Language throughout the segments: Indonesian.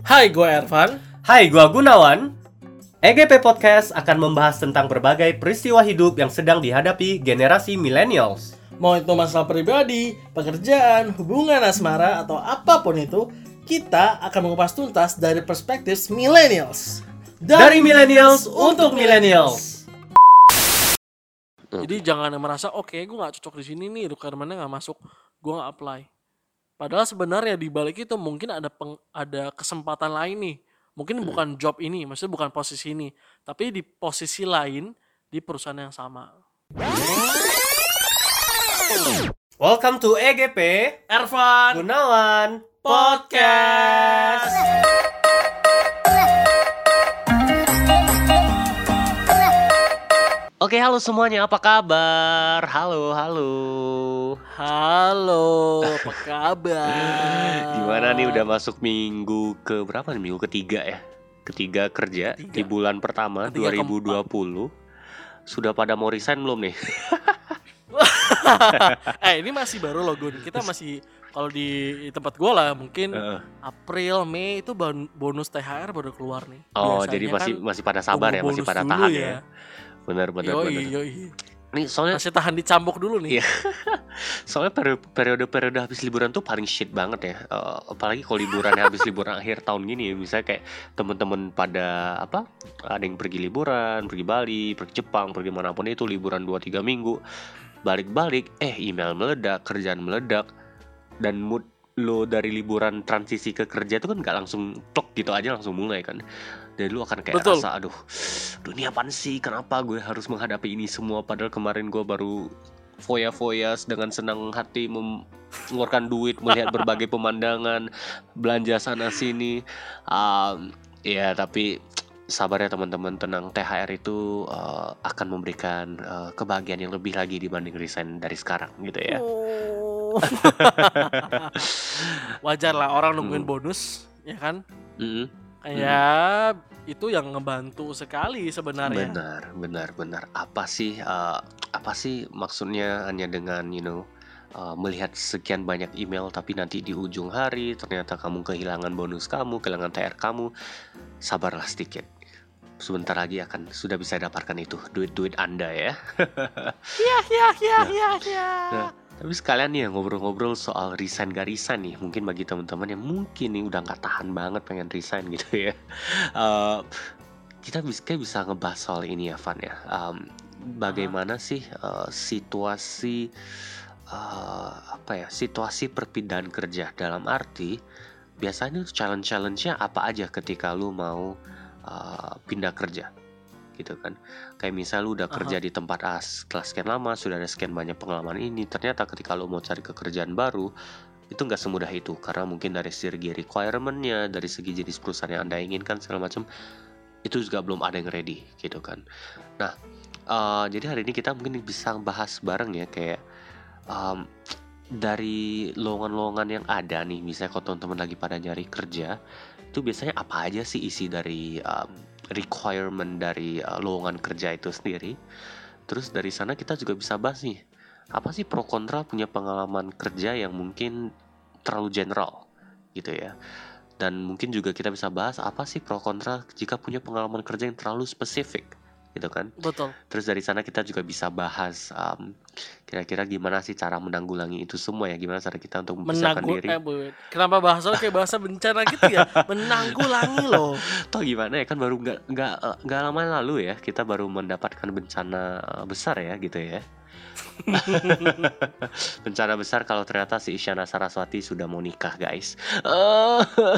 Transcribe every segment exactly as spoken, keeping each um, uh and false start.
Hai, gue Ervan. Hai, gua Gunawan. E G P Podcast akan membahas tentang berbagai peristiwa hidup yang sedang dihadapi generasi millennials. Mau itu masalah pribadi, pekerjaan, hubungan asmara, atau apapun itu, kita akan mengupas tuntas dari perspektif millennials. Dari millennials untuk millennials. Jadi jangan merasa, oke, okay, gue gak cocok di sini nih, requirement-nya gak masuk, gue gak apply. Padahal sebenarnya di balik itu mungkin ada peng, ada kesempatan lain nih. Mungkin hmm. bukan job ini, maksudnya bukan posisi ini, tapi di posisi lain di perusahaan yang sama. Welcome to E G P Ervan Gunawan Podcast. Oke, halo semuanya, apa kabar? Halo, halo. Halo, apa kabar? Gimana nih, udah masuk minggu ke berapa nih? Minggu ketiga ya? Ketiga kerja ketiga. Di bulan pertama ketiga dua ribu dua puluh. Keempat. Sudah pada mau resign belum nih? eh ini masih baru loh Gun. Kita masih, kalau di tempat gue lah mungkin uh. April, Mei itu bonus T H R baru keluar nih. Oh, biasanya jadi masih kan masih pada sabar ya, masih pada tahan ya. ya. Benar benar yoi, benar. Yoi. Nih soalnya masih tahan dicambuk dulu nih. Iya. Soalnya periode-periode habis liburan tuh paling shit banget ya. Uh, apalagi kalau liburan habis liburan akhir tahun gini ya. Misalnya kayak temen-temen pada apa? Ada yang pergi liburan, pergi Bali, pergi Jepang, pergi manapun itu liburan dua tiga minggu. Balik-balik eh email meledak, kerjaan meledak, dan mood lo dari liburan transisi ke kerja itu kan gak langsung tok gitu aja langsung mulai kan. Dan lu akan kayak Betul. rasa aduh, aduh ini apaan sih, kenapa gue harus menghadapi ini semua, padahal kemarin gue baru foya-foya dengan senang hati mengeluarkan duit, melihat berbagai pemandangan, belanja sana sini. um, ya tapi sabar ya teman-teman, tenang, T H R itu uh, akan memberikan uh, kebahagiaan yang lebih lagi dibanding resign dari sekarang gitu ya. Oh. Wajar lah orang nungguin hmm. bonus, ya kan? Mm-hmm. Kayak hmm. itu yang ngebantu sekali sebenarnya. Benar, benar, benar. Apa sih, uh, apa sih maksudnya hanya dengan you know uh, melihat sekian banyak email, tapi nanti di ujung hari ternyata kamu kehilangan bonus kamu, kehilangan T H R kamu. Sabarlah sedikit. Sebentar lagi akan sudah bisa dapatkan itu duit-duit Anda ya. Iya, iya, iya, iya, iya. Tapi sekalian nih ya ngobrol-ngobrol soal resign gak resign nih. Mungkin bagi teman-teman yang mungkin nih udah gak tahan banget pengen resign gitu ya. Uh, kita bisa, bisa ngebahas soal ini ya Van ya. Um, bagaimana uh-huh. sih uh, situasi uh, apa ya? Situasi perpindahan kerja, dalam arti biasanya challenge-challenge-nya apa aja ketika lu mau uh, pindah kerja gitu kan. Kayak misal lu udah kerja uh-huh. di tempat A setelah sekian lama, sudah ada sekian banyak pengalaman ini, ternyata ketika lu mau cari pekerjaan baru itu gak semudah itu, karena mungkin dari segi requirement-nya, dari segi jenis perusahaan yang Anda inginkan segala macam, itu juga belum ada yang ready gitu kan. Nah uh, jadi hari ini kita mungkin bisa bahas bareng ya, kayak um, dari lowongan-lowongan yang ada nih, misalnya kalau teman-teman lagi pada nyari kerja, itu biasanya apa aja sih isi dari um, requirement dari uh, lowongan kerja itu sendiri. Terus dari sana kita juga bisa bahas nih, apa sih pro kontra punya pengalaman kerja yang mungkin terlalu general gitu ya. Dan mungkin juga kita bisa bahas apa sih pro kontra jika punya pengalaman kerja yang terlalu spesifik gitu kan. Betul. Terus dari sana kita juga bisa bahas um, kira-kira gimana sih cara menanggulangi itu semua ya, gimana cara kita untuk mempersiapkan diri. Eh, kenapa bahasa kayak bahasa bencana gitu ya? Menanggulangi loh. Toh gimana ya, kan baru nggak nggak nggak lama lalu ya kita baru mendapatkan bencana besar ya gitu ya. Bencana besar kalau ternyata si Isyana Saraswati sudah mau nikah guys. Oh.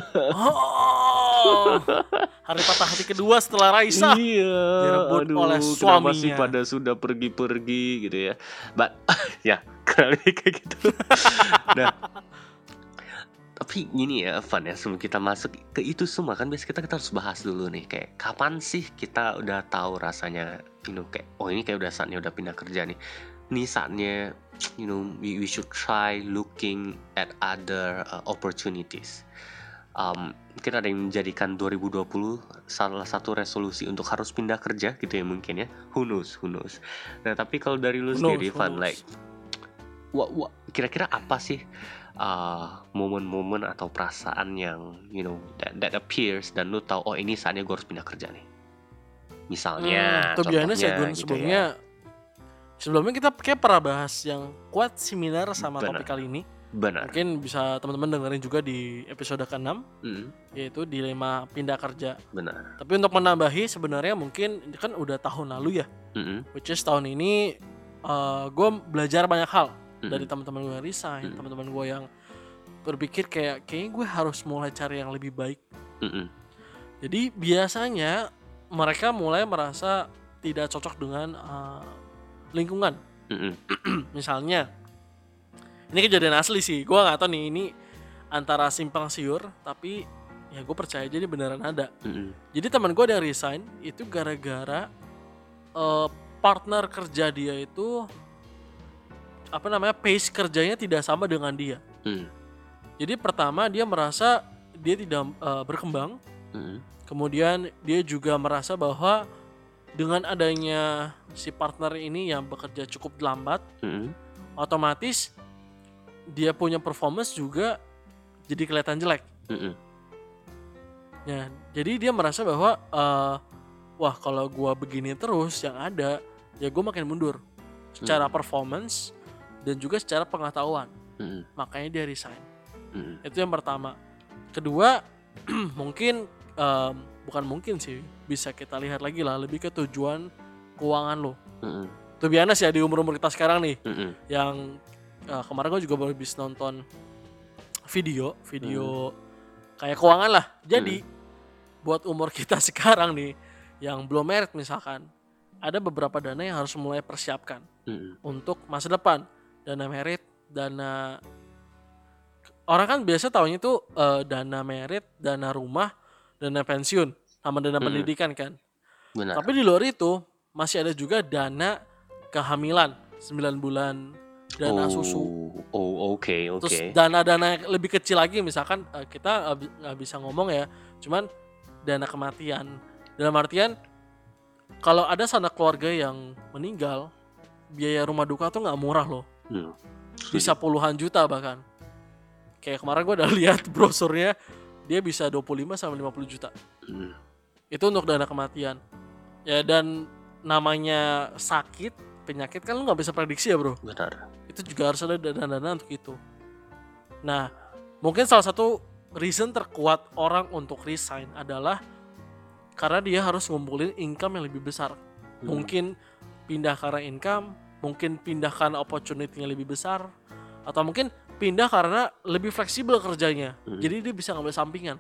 Hari patah hati kedua setelah Raisa. Iya. Direbut aduh, oleh suaminya. Masih pada sudah pergi-pergi gitu ya. But ya kali kayak gitu. Nah, tapi gini ya Van ya, sebelum kita masuk ke itu semua kan biasa kita kita harus bahas dulu nih, kayak kapan sih kita udah tahu rasanya, you know, kayak oh ini kayak udah saatnya udah pindah kerja nih. Nih saatnya, you know, we, we should try looking at other uh, opportunities. Um, mungkin ada yang menjadikan dua ribu dua puluh salah satu resolusi untuk harus pindah kerja gitu ya mungkin ya. Who knows, who knows. Nah tapi kalau dari lu sendiri Van, like, what, what, kira-kira apa sih uh, momen-momen atau perasaan yang you know that, that appears dan lu tahu oh ini saatnya gue harus pindah kerja nih. Misalnya, Hmm, to be honest ya contohnya Gun, gitu sebelumnya ya. sebelumnya kita kayak pernah bahas yang quite similar sama Benar. topik kali ini. Benar. Mungkin bisa teman-teman dengerin juga di episode keenam, Mm, yaitu dilema pindah kerja. benar. Tapi untuk menambahi sebenarnya mungkin ini kan udah tahun lalu ya, Mm-mm, which is tahun ini gue belajar banyak hal mm-mm, dari teman-teman gue yang resign, Mm. teman-teman gue yang berpikir kayak kayaknya gue harus mulai cari yang lebih baik. mm-mm, Jadi biasanya mereka mulai merasa tidak cocok dengan uh, lingkungan. mm-mm, Misalnya, ini kejadian asli sih, gue nggak tahu nih ini antara simpang siur, tapi ya gue percaya aja ini beneran ada. mm-mm, Jadi teman gue yang resign itu gara-gara uh, partner kerja dia itu apa namanya pace kerjanya tidak sama dengan dia. mm, Jadi pertama dia merasa dia tidak uh, berkembang. mm-mm, Kemudian dia juga merasa bahwa dengan adanya si partner ini yang bekerja cukup lambat, mm-mm, otomatis dia punya performance juga jadi kelihatan jelek. mm-mm, Ya, jadi dia merasa bahwa uh, wah kalau gua begini terus yang ada ya gua makin mundur secara mm, performance dan juga secara pengetahuan. mm-mm, Makanya dia resign. mm-mm, Itu yang pertama. Kedua, mungkin um, bukan mungkin sih, bisa kita lihat lagi lah lebih ke tujuan keuangan lo. mm-mm, Tuh biasa ya di umur-umur kita sekarang nih, mm-mm, yang uh, kemarin gue juga baru bisa nonton video, video kayak keuangan lah. Jadi buat umur kita sekarang nih, yang belum married misalkan, ada beberapa dana yang harus mulai persiapkan mm-mm, untuk masa depan. Dana merit, dana orang kan biasa taunya itu uh, dana merit, dana rumah, dana pensiun, sama dana Mm-mm. pendidikan kan. benar. Tapi di luar itu masih ada juga dana kehamilan sembilan bulan, dana oh, susu. Oh, oke, oke. Terus dana-dana yang lebih kecil lagi misalkan uh, kita nggak bi- nggak bisa ngomong ya, cuman dana kematian. Dalam artian kalau ada sanak keluarga yang meninggal, biaya rumah duka tuh nggak murah loh, Hmm, bisa puluhan juta bahkan. Kayak kemarin gue udah lihat brosurnya, dia bisa dua puluh lima sampai lima puluh juta. hmm, Itu untuk dana kematian. Ya dan namanya sakit, penyakit kan lu nggak bisa prediksi ya bro. benar. Itu juga harus ada dana-dana untuk itu. Nah, mungkin salah satu reason terkuat orang untuk resign adalah karena dia harus ngumpulin income yang lebih besar. Hmm, Mungkin pindah karena income, mungkin pindah karena opportunity-nya lebih besar, atau mungkin pindah karena lebih fleksibel kerjanya. Hmm. Jadi dia bisa ngambil sampingan.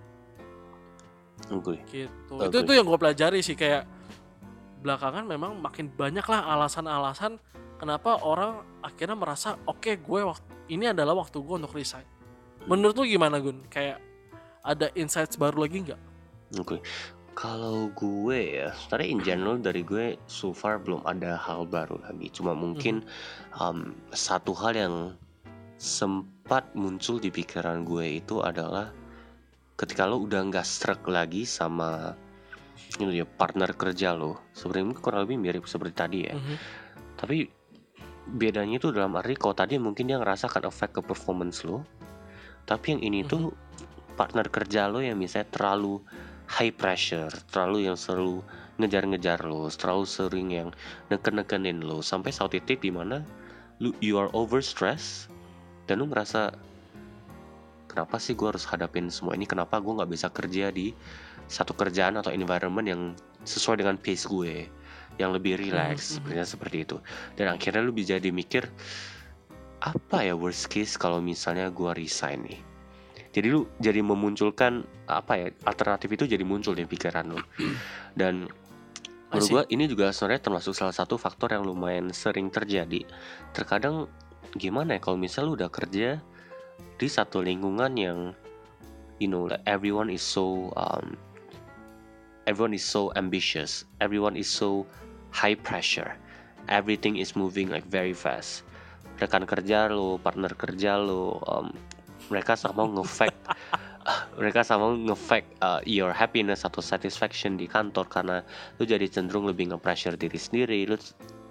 oke. Gitu. Oke. Itu itu yang gue pelajari sih, kayak belakangan memang makin banyak lah alasan-alasan kenapa orang akhirnya merasa oke okay, gue waktu ini adalah waktu gue untuk resign. Menurut lu gimana Gun? Kayak ada insights baru lagi nggak? Oke. Kalau gue ya, sebenarnya in general dari gue so far belum ada hal baru lagi. Cuma mungkin um, satu hal yang sempat muncul di pikiran gue itu adalah ketika lo udah nggak struck lagi sama you know, ya, partner kerja lo. Sebenarnya mungkin kurang lebih mirip seperti tadi ya. Mhm. Tapi bedanya itu dalam arti kalau tadi mungkin dia ngerasakan efek ke performance lo. Tapi yang ini tuh partner kerja lo yang misalnya terlalu high pressure, terlalu yang selalu ngejar-ngejar lo, terlalu sering yang neken-nekenin lo sampai suatu titik di mana lu you are over stress dan lu merasa kenapa sih gue harus hadapin semua ini, kenapa gue nggak bisa kerja di satu kerjaan atau environment yang sesuai dengan pace gue yang lebih relax, Mhm. sebenarnya seperti itu. Dan akhirnya lu bisa jadi mikir apa ya worst case kalau misalnya gue resign nih. Jadi lu jadi memunculkan apa ya alternatif itu jadi muncul di pikiran lu. Dan I menurut see. gua ini juga sebenarnya termasuk salah satu faktor yang lumayan sering terjadi. Terkadang gimana ya kalau misalnya lu udah kerja di satu lingkungan yang you know like everyone is so um, everyone is so ambitious, everyone is so high pressure, everything is moving like very fast. Rekan kerja lo, partner kerja lo, um, mereka sama nge-fake mereka sama nge-fake uh, your happiness atau satisfaction di kantor karena lu jadi cenderung lebih nge-pressure diri sendiri, lu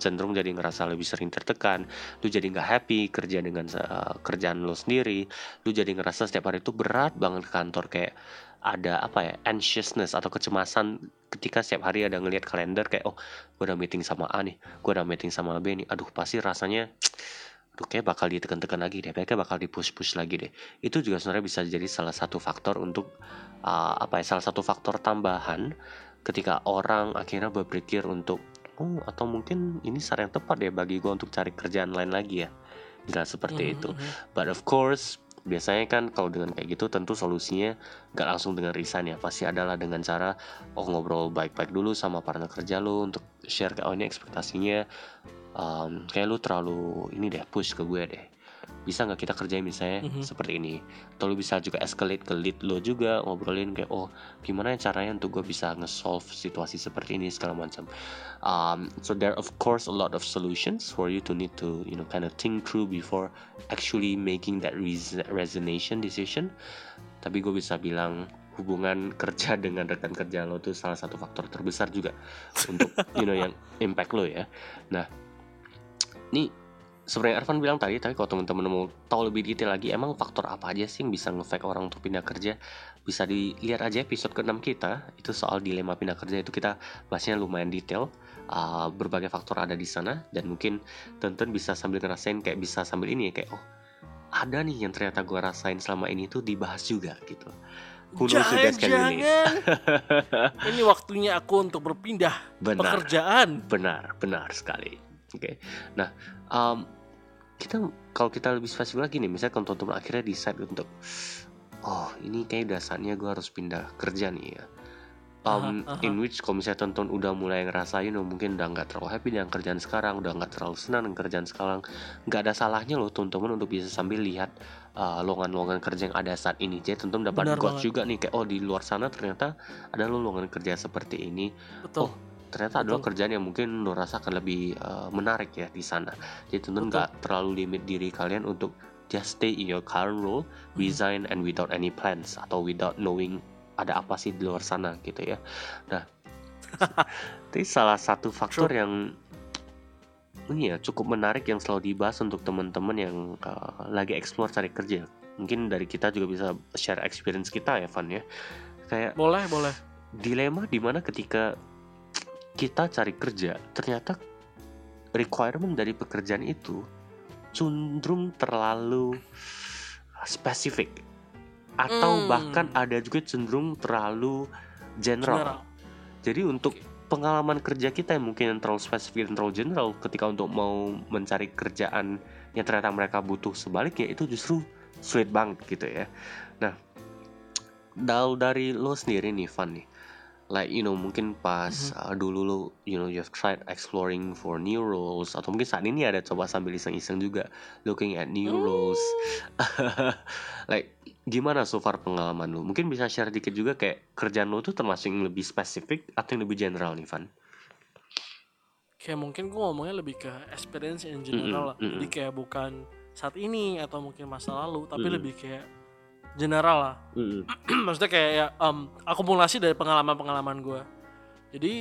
cenderung jadi ngerasa lebih sering tertekan, lu jadi nggak happy kerja dengan uh, kerjaan lu sendiri, lu jadi ngerasa setiap hari itu berat banget ke kantor, kayak ada apa ya, anxiousness atau kecemasan ketika setiap hari ada ngelihat kalender kayak, oh gue udah meeting sama A nih, gue udah meeting sama B nih, aduh pasti rasanya aduh kayak bakal ditekan-tekan lagi deh, kayak bakal di-push-push lagi deh. Itu juga sebenarnya bisa jadi salah satu faktor untuk uh, apa ya, salah satu faktor tambahan ketika orang akhirnya berpikir untuk, oh atau mungkin ini saat yang tepat ya bagi gue untuk cari kerjaan lain lagi ya, jelas seperti itu. But of course biasanya kan kalau dengan kayak gitu tentu solusinya gak langsung dengan resign ya, pasti adalah dengan cara oh ngobrol baik-baik dulu sama partner kerja lo untuk share kayak oh ini ekspektasinya um, kayak lu terlalu ini deh push ke gue deh, bisa nggak kita kerjain misalnya Mhm. seperti ini, atau lu bisa juga escalate ke lead lo juga, ngobrolin kayak oh gimana ya caranya untuk gue bisa nge-solve situasi seperti ini segala macam. Um, so there of course a lot of solutions for you to need to you know kind of think through before actually making that res- resignation decision. Tapi gue bisa bilang hubungan kerja dengan rekan kerja lo tuh salah satu faktor terbesar juga untuk you know yang impact lo ya. Nah, ini sebenarnya Arfan bilang tadi, tapi kalau teman-teman mau tahu lebih detail lagi, emang faktor apa aja sih yang bisa nge-affect orang untuk pindah kerja? Bisa dilihat aja episode keenam kita, itu soal dilema pindah kerja, itu kita bahasnya lumayan detail. Uh, berbagai faktor ada di sana, dan mungkin tonton bisa sambil ngerasain, kayak bisa sambil ini ya, kayak oh ada nih yang ternyata gue rasain selama ini tuh dibahas juga gitu. Who knows you guys can relate. Jangan-jangan ini waktunya aku untuk berpindah Benar, pekerjaan. benar, benar sekali. Oke, nah um, kita kalau kita lebih spesifik lagi nih, misalnya kalau teman-teman akhirnya decide untuk oh ini kayak udah saatnya gue harus pindah kerja nih ya. Um, Aha, aha. in which kalau misalnya tonton udah mulai ngerasain, oh, mungkin udah nggak terlalu happy dengan kerjaan sekarang, udah nggak terlalu senang dengan kerjaan sekarang, nggak ada salahnya loh teman-teman untuk bisa sambil lihat uh, lowongan-lowongan kerja yang ada saat ini. Jadi teman-teman dapat Benar got banget. juga nih kayak oh di luar sana ternyata ada loh lowongan kerja seperti ini. Betul. Oh ternyata ada Betul. kerjaan yang mungkin lo rasakan lebih uh, menarik ya di sana. Jadi teman-teman nggak terlalu limit diri kalian untuk just stay in your current role, resign and without any plans atau without knowing ada apa sih di luar sana gitu ya. Nah, itu salah satu faktor True. yang ini ya cukup menarik yang selalu dibahas untuk teman-teman yang uh, lagi explore cari kerja. Mungkin dari kita juga bisa share experience kita ya, Van ya. Kayak Boleh, boleh. dilema di mana ketika kita cari kerja, ternyata requirement dari pekerjaan itu cenderung terlalu spesifik. Atau Hmm. bahkan ada juga cenderung terlalu general. General. Jadi untuk pengalaman kerja kita yang mungkin yang terlalu spesifik dan terlalu general, ketika untuk mau mencari kerjaan yang ternyata mereka butuh sebaliknya, itu justru sulit banget gitu ya. Nah, dari lo sendiri nih Van nih, like you know mungkin pas uh, dulu lo you know you've tried exploring for new roles, atau mungkin saat ini ada coba sambil iseng-iseng juga looking at new roles. Like gimana so far pengalaman lo? Mungkin bisa share dikit juga kayak kerjaan lo tuh termasuk yang lebih spesifik atau yang lebih general nih Van? Kayak mungkin gue ngomongnya lebih ke experience in general lah. Mm-mm, Jadi kayak bukan saat ini atau mungkin masa lalu, tapi Mm-mm. lebih kayak general lah. Mm-mm. Maksudnya kayak ya, um, akumulasi dari pengalaman-pengalaman gue. Jadi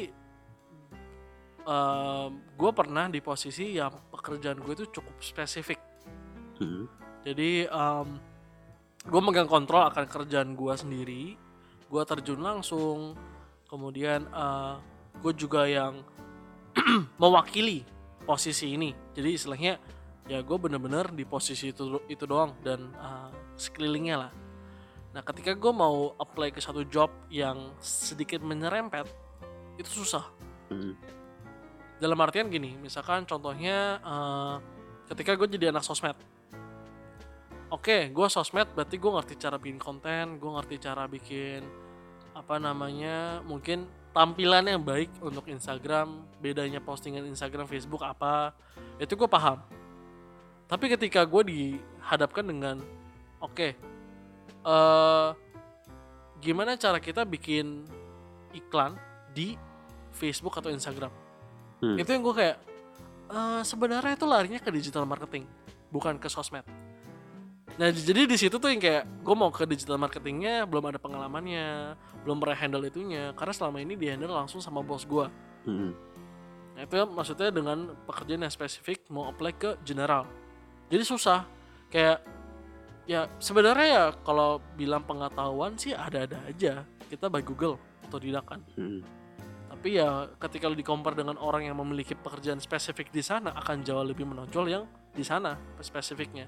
um, gue pernah di posisi yang pekerjaan gue itu cukup spesifik. Mm-mm. Jadi um, gue megang kontrol akan kerjaan gue sendiri, gue terjun langsung, kemudian uh, gue juga yang mewakili posisi ini. Jadi istilahnya ya gue bener-bener di posisi itu itu doang dan uh, sekelilingnya lah. Nah ketika gue mau apply ke satu job yang sedikit menyerempet, itu susah. Mm-mm. Dalam artian gini, misalkan contohnya uh, ketika gue jadi anak sosmed. Oke, gue sosmed berarti gue ngerti cara bikin konten, gue ngerti cara bikin apa namanya, mungkin tampilan yang baik untuk Instagram, bedanya postingan Instagram, Facebook apa, itu gue paham. Tapi ketika gue dihadapkan dengan, oke, uh, gimana cara kita bikin iklan di Facebook atau Instagram? Hmm. Itu yang gue kayak, uh, sebenarnya itu larinya ke digital marketing, bukan ke sosmed. Nah jadi di situ tuh yang kayak gue mau ke digital marketingnya belum ada pengalamannya, belum pernah handle itunya, karena selama ini di handle langsung sama bos gue. Mm-mm. Nah, itu ya maksudnya dengan pekerjaan yang spesifik mau apply ke general. Jadi susah. Kayak ya sebenarnya ya kalau bilang pengetahuan sih ada-ada aja. Kita by Google atau tidak kan. Hmm. Tapi ya ketika lu di-compare dengan orang yang memiliki pekerjaan spesifik di sana akan jauh lebih menonjol yang di sana spesifiknya.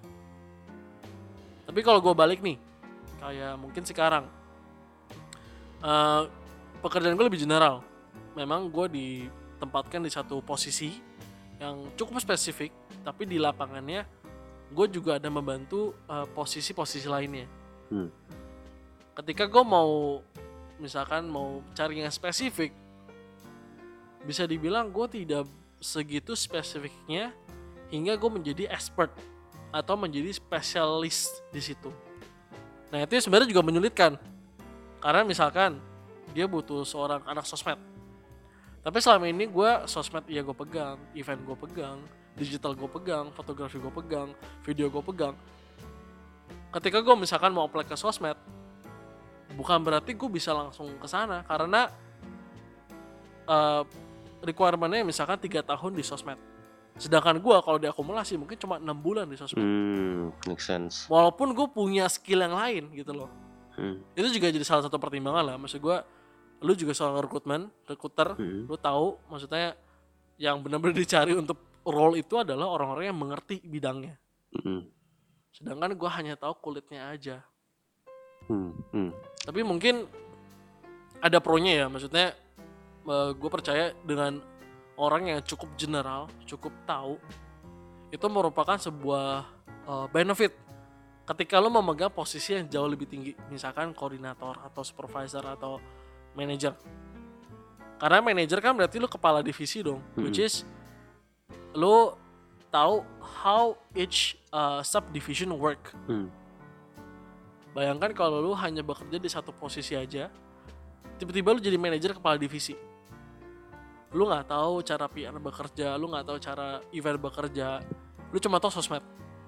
Tapi kalau gue balik nih, kayak mungkin sekarang uh, pekerjaan gue lebih general. Memang gue ditempatkan di satu posisi yang cukup spesifik, tapi di lapangannya gue juga ada membantu uh, posisi-posisi lainnya. Hmm. Ketika gue mau misalkan mau cari yang spesifik, bisa dibilang gue tidak segitu spesifiknya hingga gue menjadi expert atau menjadi spesialis di situ. Nah itu sebenarnya juga menyulitkan, karena misalkan dia butuh seorang anak sosmed, tapi selama ini gue sosmed ya gue pegang, event gue pegang, digital gue pegang, fotografi gue pegang, video gue pegang. Ketika gue misalkan mau apply ke sosmed, bukan berarti gue bisa langsung ke sana, karena uh, requirement-nya misalkan tiga tahun di sosmed. Sedangkan gue kalau diakumulasi mungkin cuma enam bulan di sosmed. Hmm, make sense. Walaupun gue punya skill yang lain gitu loh. Hmm. Itu juga jadi salah satu pertimbangan lah. Maksud gue, lu juga seorang rekrutmen, rekruter, Hmm. lu tahu maksudnya yang benar-benar dicari untuk role itu adalah orang-orang yang mengerti bidangnya. Hmm. Sedangkan gue hanya tahu kulitnya aja. Hmm. Hmm. Tapi mungkin ada pro-nya ya, maksudnya uh, gue percaya dengan orang yang cukup general, cukup tahu, itu merupakan sebuah uh, benefit ketika lo memegang posisi yang jauh lebih tinggi, misalkan koordinator atau supervisor atau manager. Karena manager kan berarti lo kepala divisi dong, mm-hmm. which is lo tahu how each uh, subdivision work. Mm. Bayangkan kalau lo hanya bekerja di satu posisi aja, tiba-tiba lo jadi manajer kepala divisi. Lu nggak tahu cara P R bekerja, lu nggak tahu cara event bekerja, lu cuma tahu sosmed.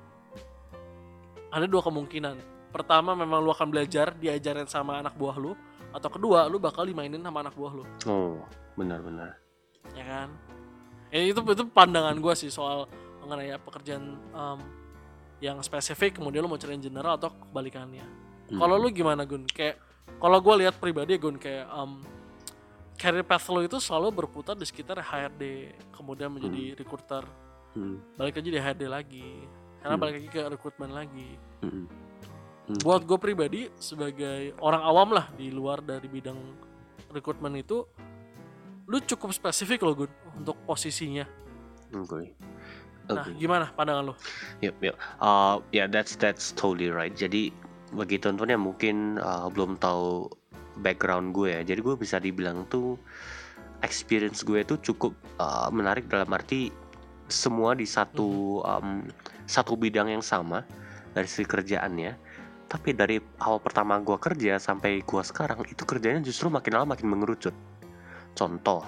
Ada dua kemungkinan. Pertama, memang lu akan belajar diajarin sama anak buah lu, atau kedua, lu bakal dimainin sama anak buah lu. Oh, benar-benar. Ya kan? Ya, itu itu pandangan gue sih soal mengenai pekerjaan um, yang spesifik, kemudian lu mau cari general atau kebalikannya. Hmm. Kalau lu gimana Gun? Kayak kalau gue lihat pribadi Gun, kayak um, career path lo itu selalu berputar di sekitar H R D, kemudian menjadi hmm. recruiter, hmm. balik lagi di H R D lagi, karena hmm. balik lagi ke rekrutmen lagi. Hmm. Hmm. Buat gue pribadi sebagai orang awam lah di luar dari bidang rekrutmen itu, lu cukup spesifik loh Gun untuk posisinya. Oke. Okay. Nah, okay. Gimana pandangan lo? Yep, yep. Uh, yeah, that's that's totally right. Jadi bagi teman-teman yang mungkin uh, belum tahu background gue ya, jadi gue bisa dibilang tuh experience gue tuh cukup uh, menarik dalam arti semua di satu um, satu bidang yang sama dari segi kerjaannya, tapi dari awal pertama gue kerja sampai gue sekarang itu kerjanya justru makin lama makin mengerucut. Contoh,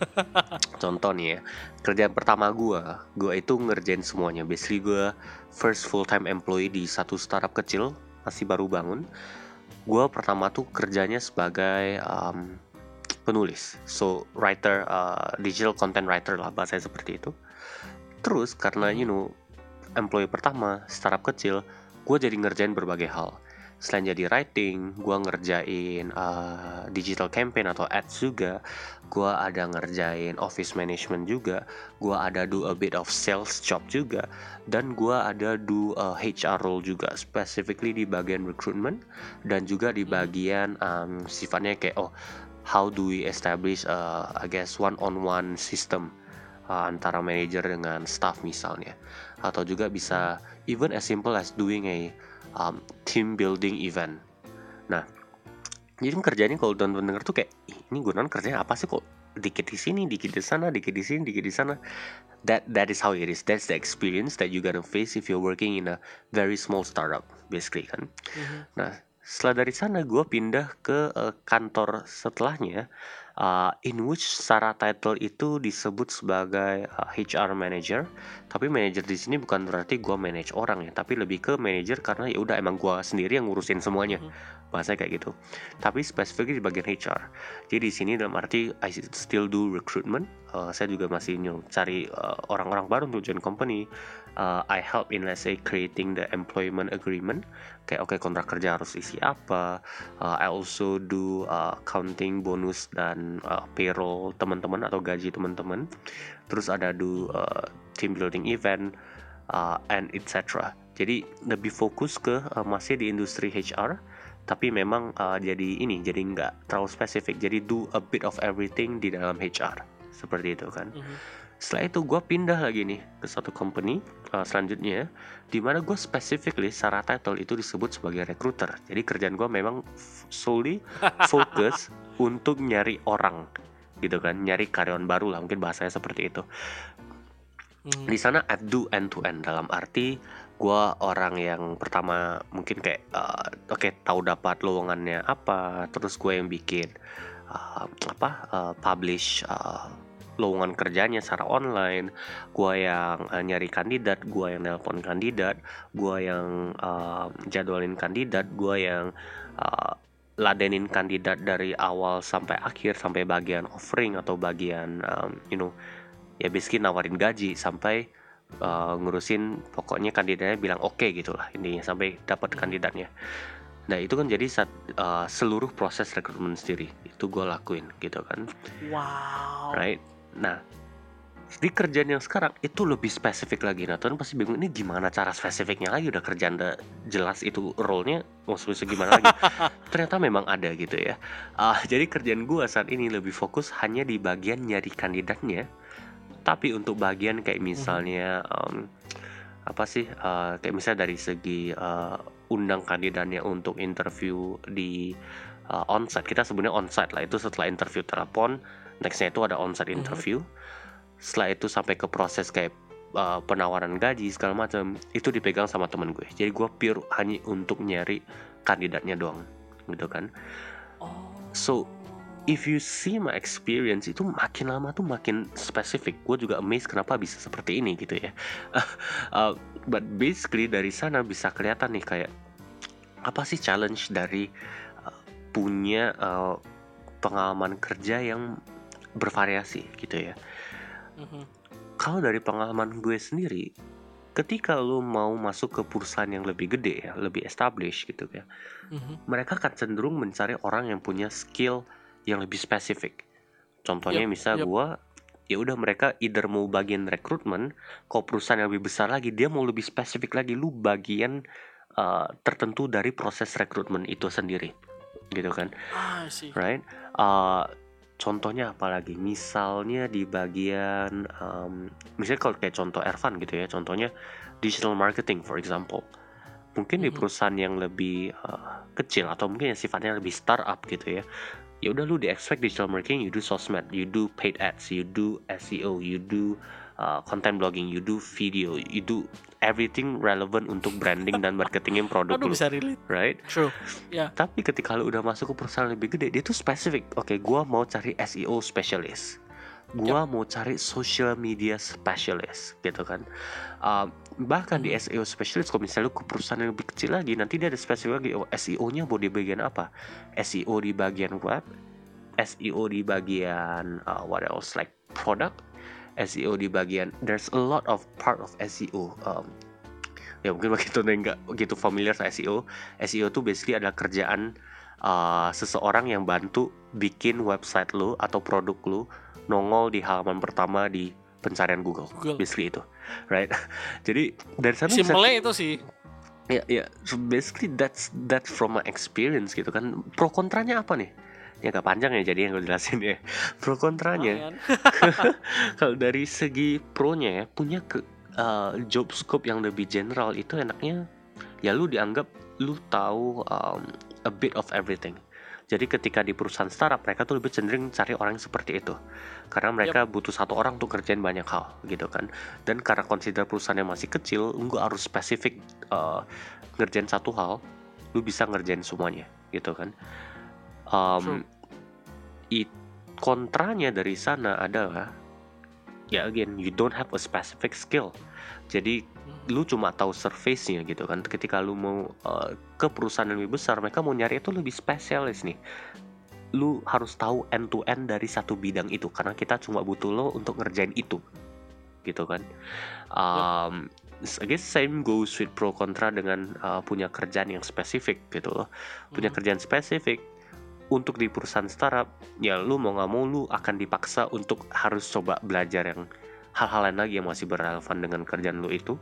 contoh nih ya, kerjaan pertama gue, gue itu ngerjain semuanya. Basically gue first full time employee di satu startup kecil, masih baru bangun. Gue pertama tuh kerjanya sebagai um, penulis, so writer, uh, digital content writer lah bahasanya seperti itu. Terus karena you know employee pertama startup kecil, gue jadi ngerjain berbagai hal. Selain jadi writing, gue ngerjain uh, digital campaign atau ads juga. Gue ada ngerjain office management juga. Gue ada do a bit of sales job juga. Dan gue ada do a H R role juga, specifically di bagian recruitment. Dan juga di bagian um, sifatnya kayak oh, how do we establish uh, I guess one-on-one system uh, antara manager dengan staff misalnya. Atau juga bisa even as simple as doing a Um, team building event. Nah, jadi kerjanya kalau teman-teman denger tuh kayak ini gunaan kerjanya apa sih kok dikit di sini, dikit di sana, dikit di sini, dikit di sana. That that is how it is. That's the experience that you gonna face if you're working in a very small startup, basically kan. Mm-hmm. Nah, setelah dari sana gue pindah ke uh, kantor setelahnya, uh, in which secara title itu disebut sebagai uh, H R manager. Tapi manager di sini bukan berarti gue manage orang ya, tapi lebih ke manager karena ya udah emang gue sendiri yang ngurusin semuanya. Mm-hmm. bahasanya kayak gitu. Tapi spesifiknya di bagian H R. Jadi di sini dalam arti I still do recruitment. Uh, saya juga masih you know, cari uh, orang-orang baru untuk join company. Uh, I help in let's say creating the employment agreement. Kayak oke okay, kontrak kerja harus isi apa. Uh, I also do uh, counting bonus dan uh, payroll teman-teman atau gaji teman-teman. Terus ada do uh, team building event uh, and et cetera. Jadi lebih fokus ke uh, masih di industri H R. Tapi memang uh, jadi ini jadi nggak terlalu spesifik, jadi do a bit of everything di dalam H R seperti itu kan. Mm-hmm. Setelah itu gue pindah lagi nih ke satu company uh, selanjutnya, di mana gue specifically secara title itu disebut sebagai recruiter. Jadi kerjaan gue memang solely fokus untuk nyari orang gitu kan, nyari karyawan baru lah mungkin bahasanya seperti itu. Mm-hmm. Di sana I do end to end dalam arti gue orang yang pertama mungkin kayak uh, oke okay, tahu dapat lowongannya apa, terus gue yang bikin uh, apa uh, publish uh, lowongan kerjanya secara online, gue yang uh, nyari kandidat, gue yang nelpon kandidat, gue yang uh, jadwalin kandidat, gue yang uh, ladenin kandidat dari awal sampai akhir, sampai bagian offering atau bagian um, you know ya basically nawarin gaji sampai Uh, ngurusin pokoknya kandidatnya bilang oke okay gitulah intinya sampai dapat kandidatnya. Nah itu kan jadi saat, uh, seluruh proses rekrutmen sendiri itu gue lakuin gitu kan. Wow. Right. Nah di kerjaan yang sekarang itu lebih spesifik lagi. Nah tuh pasti bingung ini gimana cara spesifiknya lagi, udah kerjaan udah jelas itu role-nya maksudnya gimana lagi. Ternyata memang ada gitu ya. Uh, jadi kerjaan gue saat ini lebih fokus hanya di bagian nyari kandidatnya. Tapi untuk bagian kayak misalnya um, apa sih uh, kayak misalnya dari segi uh, undang kandidatnya untuk interview di uh, onsite, kita sebutnya onsite lah, itu setelah interview telepon, nextnya itu ada onsite interview. Mm-hmm. Setelah itu sampai ke proses kayak uh, penawaran gaji segala macam itu dipegang sama temen gue. Jadi gue pure hanya untuk nyari kandidatnya doang gitu kan. Oh. So if you see my experience itu makin lama tuh makin spesifik. Gue juga amazed kenapa bisa seperti ini gitu ya. uh, but basically dari sana bisa kelihatan nih kayak apa sih challenge dari uh, punya uh, pengalaman kerja yang bervariasi gitu ya. Mm-hmm. Kalau dari pengalaman gue sendiri, ketika lo mau masuk ke perusahaan yang lebih gede ya, lebih established gitu ya, mm-hmm. mereka akan cenderung mencari orang yang punya skill yang lebih spesifik. Contohnya yep, misal yep. gue ya udah mereka either mau bagian rekrutmen, kalau perusahaan yang lebih besar lagi dia mau lebih spesifik lagi, lu bagian uh, tertentu dari proses rekrutmen itu sendiri gitu kan. Ah, sih. Right? Uh, contohnya apalagi misalnya di bagian um, misalnya kalau kayak contoh Ervan gitu ya, contohnya digital marketing for example. Mungkin mm-hmm. di perusahaan yang lebih uh, kecil atau mungkin yang sifatnya lebih startup gitu ya, ya udah lu di expect digital marketing, you do sosmed, you do paid ads, you do S E O, you do uh, content blogging, you do video, you do everything relevant untuk branding dan marketingin produk lu. Aduh, bisa relate. Right? True. Yeah. Tapi ketika lu udah masuk ke perusahaan lebih gede, dia tuh spesifik. Oke, okay, gua mau cari S E O specialist, gua yep. mau cari social media specialist gitu kan. Uh, bahkan hmm. di S E O specialist, kalau misalnya lu ke perusahaan yang lebih kecil lagi, nanti dia ada spesifik lagi. Oh, S E O-nya mau di bagian apa? S E O di bagian web, S E O di bagian uh, what else like product, S E O di bagian, there's a lot of part of S E O. Um, ya mungkin begitu nggak begitu familiar sama S E O. S E O tuh basically adalah kerjaan uh, seseorang yang bantu bikin website lu atau produk lu nongol di halaman pertama di pencarian Google, Google. Basically itu, right? Jadi dari sana simpelnya itu sih. Ya, ya. So basically that's that's from my experience gitu kan. Pro kontranya apa nih? Ya gak panjang ya jadi yang gue jelasin ya. Pro kontranya. Kalau dari segi pro-nya ya, punya ke uh, job scope yang lebih general itu enaknya ya lu dianggap lu tahu um, a bit of everything. Jadi ketika di perusahaan startup mereka tuh lebih cenderung cari orang yang seperti itu. Karena mereka yep. butuh satu orang untuk kerjain banyak hal gitu kan. Dan karena consider perusahaan yang masih kecil, lu harus spesifik uh, ngerjain satu hal, lu bisa ngerjain semuanya gitu kan. Um, it, kontranya dari sana adalah ya again you don't have a specific skill. Jadi lu cuma tahu surface-nya gitu kan. Ketika lu mau uh, ke perusahaan yang lebih besar, mereka mau nyari itu lebih spesialis nih. Lu harus tahu end to end dari satu bidang itu, karena kita cuma butuh lo untuk ngerjain itu gitu kan. um, I guess same goes with pro kontra dengan uh, punya kerjaan yang spesifik gitu loh. Punya Mhm. kerjaan spesifik untuk di perusahaan startup, ya lu mau nggak mau lu akan dipaksa untuk harus coba belajar yang hal-hal lain lagi yang masih berrelevan dengan kerjaan lu itu.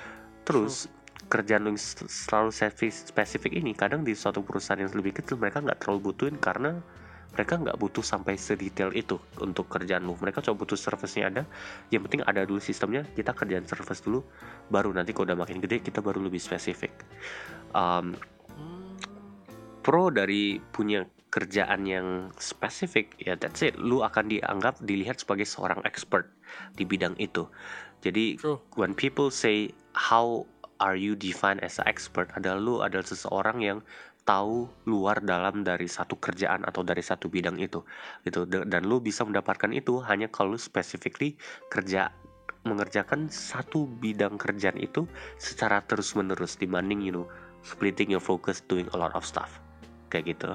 Terus kerjaan lu yang s- selalu spesifik, spesifik ini kadang di suatu perusahaan yang lebih kecil mereka nggak terlalu butuhin, karena mereka nggak butuh sampai sedetail itu untuk kerjaan lu. Mereka cuma butuh service-nya ada, yang penting ada dulu sistemnya, kita kerjaan service dulu, baru nanti kalau udah makin gede kita baru lebih spesifik. um, Hmm. Pro dari punya kerjaan yang spesifik, ya that's it, lu akan dianggap dilihat sebagai seorang expert di bidang itu. Jadi True. when people say how are you defined as an expert, adalah lu adalah seseorang yang tahu luar dalam dari satu kerjaan atau dari satu bidang itu gitu. D- dan lu bisa mendapatkan itu hanya kalau lu specifically kerja mengerjakan satu bidang kerjaan itu secara terus menerus, dibanding you know splitting your focus doing a lot of stuff kayak gitu.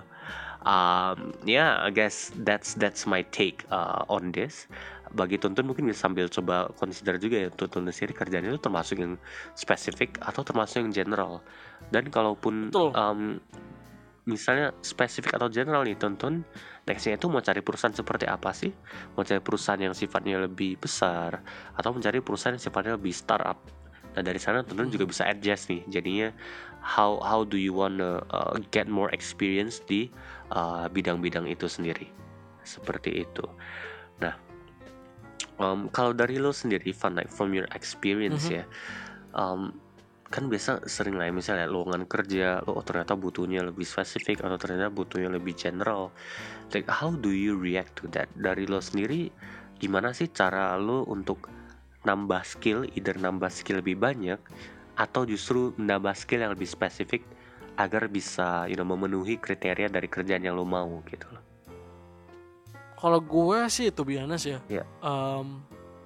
Um, yeah, I guess that's that's my take uh, on this. Bagi Tuntun mungkin bisa sambil coba consider juga ya, Tuntun sendiri kerjaan itu termasuk yang spesifik atau termasuk yang general. Dan kalaupun Betul. um, misalnya spesifik atau general nih, Tuntun nextnya itu mau cari perusahaan seperti apa sih? Mau cari perusahaan yang sifatnya lebih besar atau mencari perusahaan yang sifatnya lebih startup? Nah dari sana Tuntun juga bisa adjust nih. Jadinya how how do you wanna uh, get more experience di uh, bidang-bidang itu sendiri, seperti itu. Nah um, kalau dari lo sendiri, Van, like from your experience Mhm. ya, um, kan biasa sering lah ya, misalnya lowongan kerja lo oh, ternyata butuhnya lebih spesifik atau ternyata butuhnya lebih general. Like how do you react to that? Dari lo sendiri gimana sih cara lo untuk nambah skill, either nambah skill lebih banyak atau justru menambah skill yang lebih spesifik agar bisa you know memenuhi kriteria dari kerjaan yang lo mau gitu loh. Kalau gue sih itu biasa ya. Iya. Um,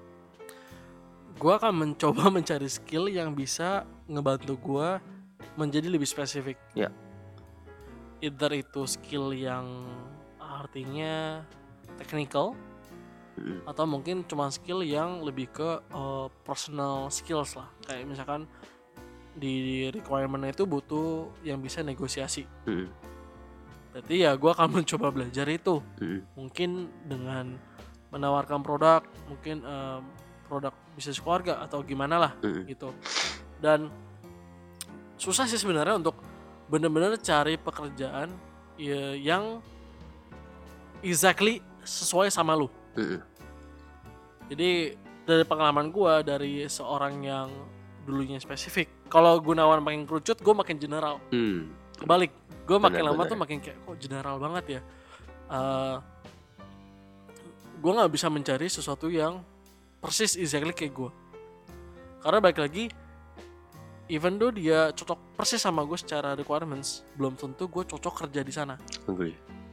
gue akan mencoba mencari skill yang bisa ngebantu gue menjadi lebih spesifik. Iya. Either itu skill yang artinya technical, Mm. atau mungkin cuma skill yang lebih ke uh, personal skills lah. Kayak misalkan di requirement itu butuh yang bisa negosiasi. Mm. Berarti ya gue akan mencoba belajar itu. Mm. Mungkin dengan menawarkan produk, mungkin um, produk bisnis keluarga atau gimana lah Mm. gitu. Dan susah sih sebenarnya untuk benar-benar cari pekerjaan ya, yang exactly sesuai sama lu. Mm. Jadi dari pengalaman gue, dari seorang yang dulunya spesifik, kalau Gunawan makin kerucut, gue makin general. Mm. Kebalik, gue makin Benar, lama benar. tuh makin kayak kok general banget ya. Uh, gue nggak bisa mencari sesuatu yang persis exactly kayak gue. Karena balik lagi, even though dia cocok persis sama gue secara requirements, belum tentu gue cocok kerja di sana. Agree.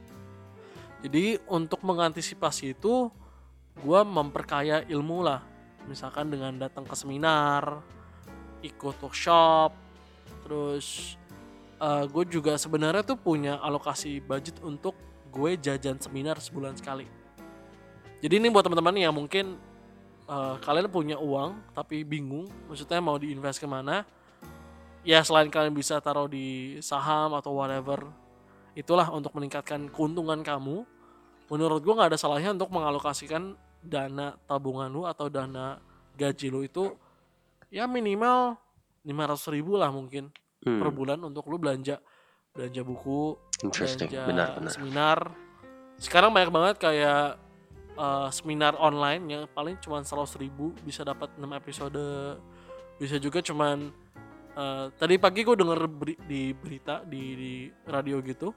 Jadi untuk mengantisipasi itu, gue memperkaya ilmu lah. Misalkan dengan datang ke seminar, ikut workshop, terus uh, gue juga sebenarnya tuh punya alokasi budget untuk gue jajan seminar sebulan sekali. Jadi ini buat teman-teman yang mungkin uh, kalian punya uang tapi bingung, maksudnya mau diinvest kemana, ya selain kalian bisa taruh di saham atau whatever, itulah untuk meningkatkan keuntungan kamu. Menurut gue nggak ada salahnya untuk mengalokasikan dana tabungan lu atau dana gaji lu itu ya minimal lima ratus ribu lah mungkin Hmm. per bulan untuk lu belanja belanja buku, Interesting. belanja Benar, benar. seminar. Sekarang banyak banget kayak uh, seminar online yang paling cuma seratus ribu bisa dapat enam episode. Bisa juga cuman uh, tadi pagi gue denger beri, di berita di, di radio gitu,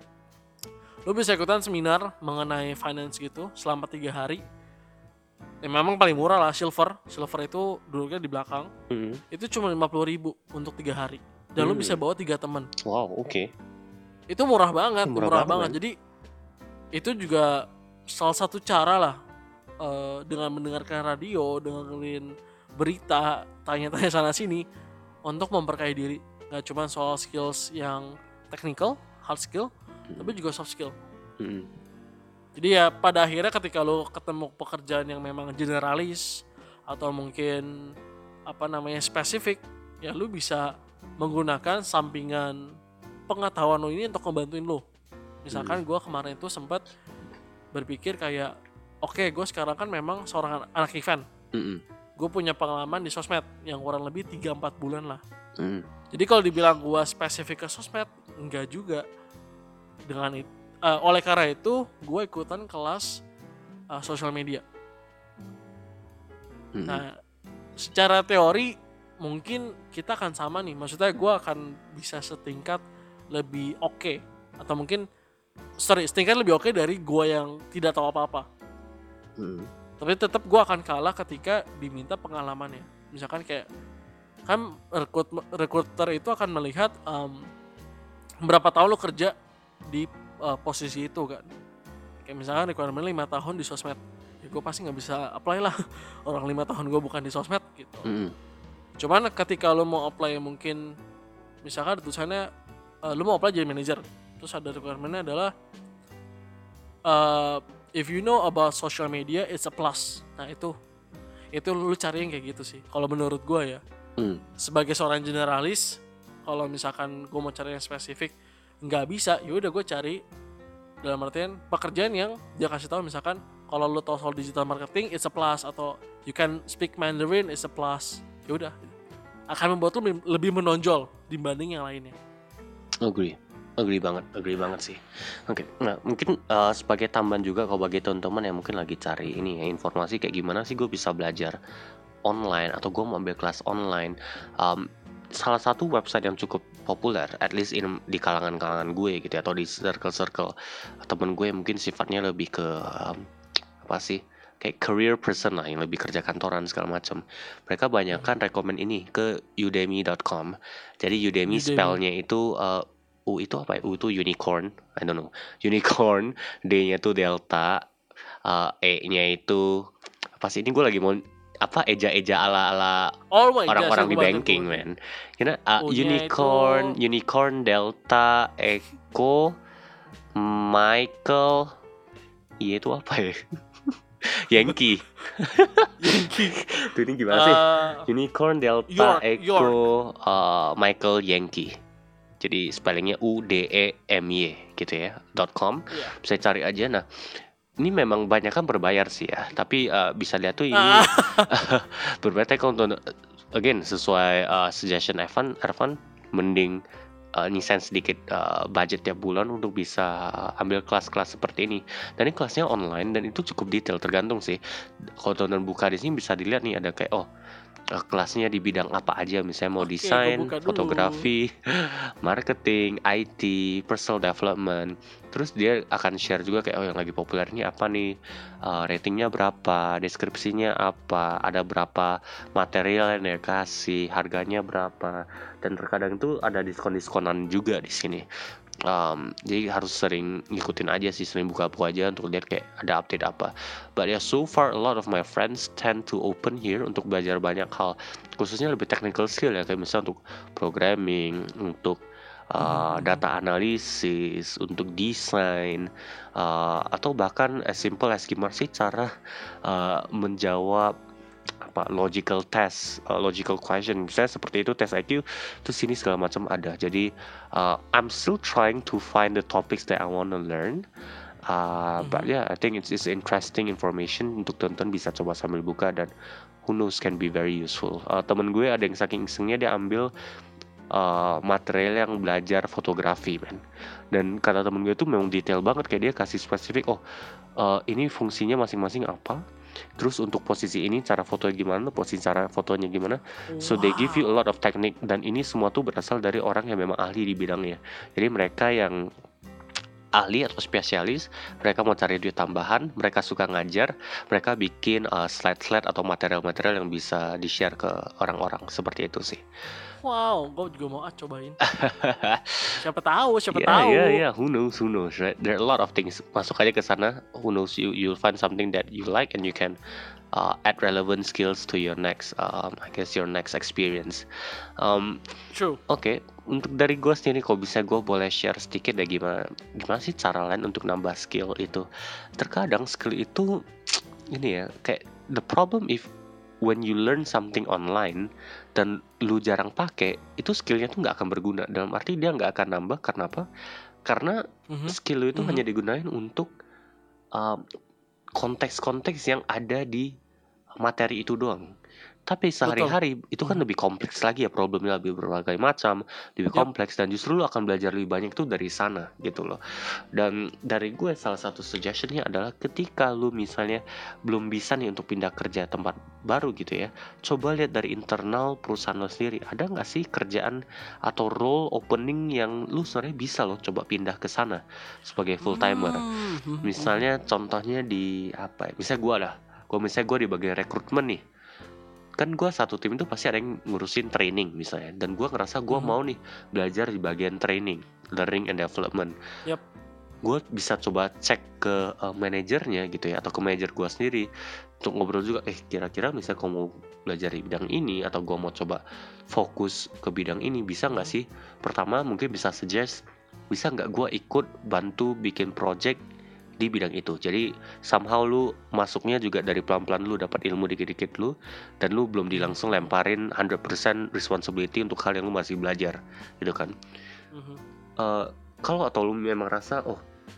lu bisa ikutan seminar mengenai finance gitu selama tiga hari. Ya, memang paling murah lah, silver. Silver itu duduknya di belakang. Mm. Itu cuma lima puluh ribu untuk tiga hari. Dan lu Hmm. bisa bawa tiga teman. Wow, oke. Okay. Itu murah banget, Murah murah, banget, banget. man. Jadi itu juga salah satu cara lah uh, dengan mendengarkan radio, dengerin berita, tanya-tanya sana sini untuk memperkaya diri. Gak cuma soal skills yang technical, hard skill, Hmm. tapi juga soft skill. Hmm. Jadi ya pada akhirnya ketika lo ketemu pekerjaan yang memang generalis atau mungkin apa namanya spesifik, ya lo bisa menggunakan sampingan pengetahuan lo ini untuk ngebantuin lo. Misalkan gue kemarin itu sempat berpikir kayak, oke okay, gue sekarang kan memang seorang anak event. Hmm. Gue punya pengalaman di sosmed yang kurang lebih tiga empat bulan lah. Hmm. Jadi kalau dibilang gue spesifik ke sosmed, enggak juga. Dengan itu, uh, oleh karena itu gue ikutan kelas uh, social media. Hmm. Nah, secara teori mungkin kita akan sama nih. Maksudnya gue akan bisa setingkat lebih oke okay. Atau mungkin sorry, setingkat lebih oke okay dari gue yang tidak tahu apa-apa. Hmm. Tapi tetap gue akan kalah ketika diminta pengalamannya. Misalkan kayak kan rekrut rekruter itu akan melihat um, berapa tahun lo kerja di uh, posisi itu kan. Kayak misalkan requirement lima tahun di sosmed, ya gue pasti nggak bisa apply lah. Orang lima tahun gue bukan di sosmed gitu. Hmm. Cuman ketika lo mau apply mungkin misalkan tulisannya uh, lo mau apply jadi manager, terus ada requirementnya adalah uh, if you know about social media it's a plus. Nah itu itu lo cari yang kayak gitu sih. Kalau menurut gue ya. Hmm. Sebagai seorang generalis, kalau misalkan gue mau cari yang spesifik nggak bisa, ya udah gue cari dalam artian pekerjaan yang dia kasih tahu, misalkan kalau lo tahu soal digital marketing it's a plus, atau you can speak Mandarin it's a plus. Ya udah, akan membuat lo lebih menonjol dibanding yang lainnya. Agree, agree banget, agree banget sih. Oke, okay. Nah mungkin uh, sebagai tambahan juga kalau bagi teman-teman yang mungkin lagi cari ini ya, informasi kayak gimana sih gue bisa belajar online atau gue mau ambil kelas online. Um, salah satu website yang cukup populer, at least in, di kalangan-kalangan gue gitu ya, atau di circle-circle temen gue yang mungkin sifatnya lebih ke um, apa sih, kayak career person lah, yang lebih kerja kantoran segala macam. Mereka banyak kan rekomend ini ke udemy dot com. Jadi Udemy, Udemy. spellnya itu uh, U itu apa ya? U itu unicorn, I don't know. Unicorn, D-nya tuh delta, uh, E-nya itu apa sih? Ini gue lagi mau apa eja-eja ala-ala Oh, my orang-orang gosh, di aku banking, bantu. man. You know, uh, O-nya unicorn, itu- unicorn, delta, echo, Michael, iya itu apa ya? Yankee. Yankee. Tuh ini gimana sih? Uh, Unicorn, delta, York, echo, uh, Michael, Yankee. Jadi spellingnya U D E M Y gitu ya. .com. iya. Bisa cari aja. Nah, ini memang banyak kan berbayar sih ya. Tapi uh, bisa lihat tuh ini Ah. berbayar. Tapi kalau untuk again sesuai uh, suggestion Evan, Ervan mending uh, nyisain sedikit uh, budget tiap bulan untuk bisa ambil kelas-kelas seperti ini. Dan ini kelasnya online dan itu cukup detail, tergantung sih. Kalau teman-teman buka di sini bisa dilihat nih ada kayak oh uh, kelasnya di bidang apa aja, misalnya mau Oke, desain, gua buka dulu. fotografi, marketing, I T, personal development. Terus dia akan share juga kayak oh yang lagi populer ini apa nih, uh, ratingnya berapa, deskripsinya apa, ada berapa material yang dia kasih, harganya berapa, dan terkadang itu ada diskon-diskonan juga di sini. Um, jadi harus sering ngikutin aja sih, sering buka-buka aja untuk lihat kayak ada update apa. But yeah, so far a lot of my friends tend to open here untuk belajar banyak hal, khususnya lebih technical skill ya, kayak misalnya untuk programming, untuk uh, data analisis, untuk desain, uh, atau bahkan as simple as gimana sih cara uh, menjawab apa logical test, uh, logical question, misalnya seperti itu, tes I Q, terus sini segala macam ada. Jadi uh, I'm still trying to find the topics that I want to learn. Uh, But yeah, I think it's, it's interesting information untuk tonton, bisa coba sambil buka, dan who knows can be very useful. Uh, temen gue ada yang saking isengnya dia ambil uh, material yang belajar fotografi, man. Dan kata temen gue itu memang detail banget, kayak dia kasih spesifik, oh uh, ini fungsinya masing-masing apa. Terus untuk posisi ini cara fotonya gimana, posisi cara fotonya gimana. So they give you a lot of technique, dan ini semua tuh berasal dari orang yang memang ahli di bidangnya. Jadi mereka yang ahli atau spesialis, mereka mau cari duit tambahan, mereka suka ngajar, mereka bikin uh, slide-slide atau material-material yang bisa di-share ke orang-orang, seperti itu sih. Wow, gue juga mau ah cobain. Siapa tahu, siapa Yeah, tahu. yeah, yeah. Who knows? Who knows? Right? There are a lot of things. Masuk aja ke sana. Who knows? You you'll find something that you like and you can uh, add relevant skills to your next, um, I guess your next experience. Um, True. Oke, untuk dari gue sendiri, kalau bisa gue boleh share sedikit ya gimana gimana sih cara lain untuk nambah skill itu. Terkadang skill itu ini ya kayak the problem if when you learn something online dan lu jarang pakai, itu skillnya tuh nggak akan berguna. Dalam arti dia nggak akan nambah. Karena apa? Karena Mhm. skill lu itu Mhm. hanya digunain untuk um, konteks-konteks yang ada di materi itu doang. Tapi sehari-hari itu kan Mhm. lebih kompleks lagi ya, problemnya lebih berbagai macam, lebih Yup. kompleks, dan justru lu akan belajar lebih banyak tuh dari sana gitu loh. Dan dari gue salah satu suggestionnya adalah ketika lu misalnya belum bisa nih untuk pindah kerja tempat baru gitu ya, coba lihat dari internal perusahaan lo sendiri, ada nggak sih kerjaan atau role opening yang lu sebenarnya bisa lo coba pindah ke sana sebagai full timer. Mhm. Misalnya contohnya di apa ya, misalnya gue lah, gue misalnya gue di bagian rekrutmen nih, kan gue satu tim itu pasti ada yang ngurusin training misalnya, dan gue ngerasa gue Mhm. mau nih belajar di bagian training, learning and development. Yap. Gue bisa coba cek ke uh, manajernya gitu ya, atau ke manajer gue sendiri untuk ngobrol juga, eh kira-kira misalnya kalau mau belajar di bidang ini atau gue mau coba fokus ke bidang ini, bisa nggak sih? Pertama mungkin bisa suggest, bisa nggak gue ikut bantu bikin project di bidang itu. Jadi somehow lu masuknya juga dari pelan-pelan, lu dapat ilmu dikit-dikit lu, dan lu belum di langsung lemparin one hundred percent responsibility untuk hal yang lu masih belajar gitu kan. Mhm. Uh, kalau atau lu memang rasa oh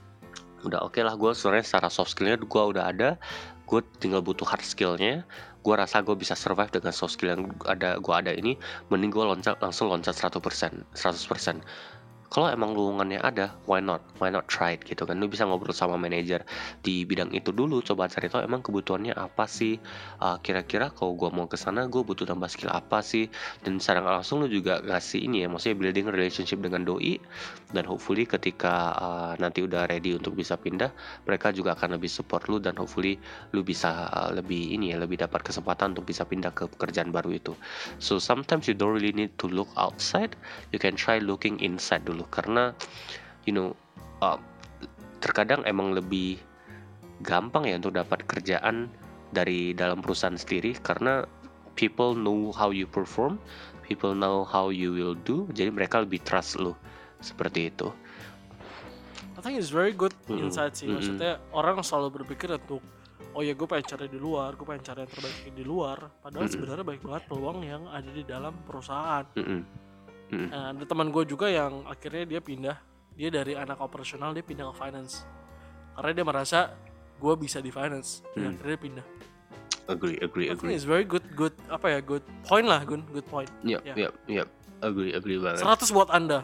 udah oke okay lah, gue sebenarnya secara soft skillnya gue udah ada, gue tinggal butuh hard skillnya, gue rasa gue bisa survive dengan soft skill yang ada gue ada ini, mending gue loncat langsung loncat seratus persen. Kalau emang lowongannya ada, why not? Why not try it gitu kan? Lu bisa ngobrol sama manajer di bidang itu dulu, coba cari tahu emang kebutuhannya apa sih. Uh, kira-kira kalau gua mau ke sana, gua butuh tambah skill apa sih? Dan secara nggak langsung lu juga ngasih ini ya, maksudnya building relationship dengan doi, dan hopefully ketika uh, nanti udah ready untuk bisa pindah, mereka juga akan lebih support lu, dan hopefully lu bisa uh, lebih ini ya, lebih dapat kesempatan untuk bisa pindah ke pekerjaan baru itu. So sometimes you don't really need to look outside, you can try looking inside dulu, karena you know uh, terkadang emang lebih gampang ya untuk dapat kerjaan dari dalam perusahaan sendiri, karena people know how you perform, people know how you will do, jadi mereka lebih trust lu seperti itu. I think it's very good Mm-mm. insight sih. Mm-mm. Maksudnya orang selalu berpikir untuk oh ya gue pengen cari di luar, gue pengen cari yang terbaik di luar. Padahal Mm-mm. sebenarnya banyak banget peluang yang ada di dalam perusahaan. Mm-mm. Mm-mm. Nah, ada teman gue juga yang akhirnya dia pindah, dia dari anak operasional dia pindah ke finance karena dia merasa gue bisa di finance, dan Mm. akhirnya dia pindah. Agree, agree, I think agree. it's very good, good apa ya, good point lah, Gun, good point. Yep, Ya. yep, yep. Agree, agree banget. seratus buat anda.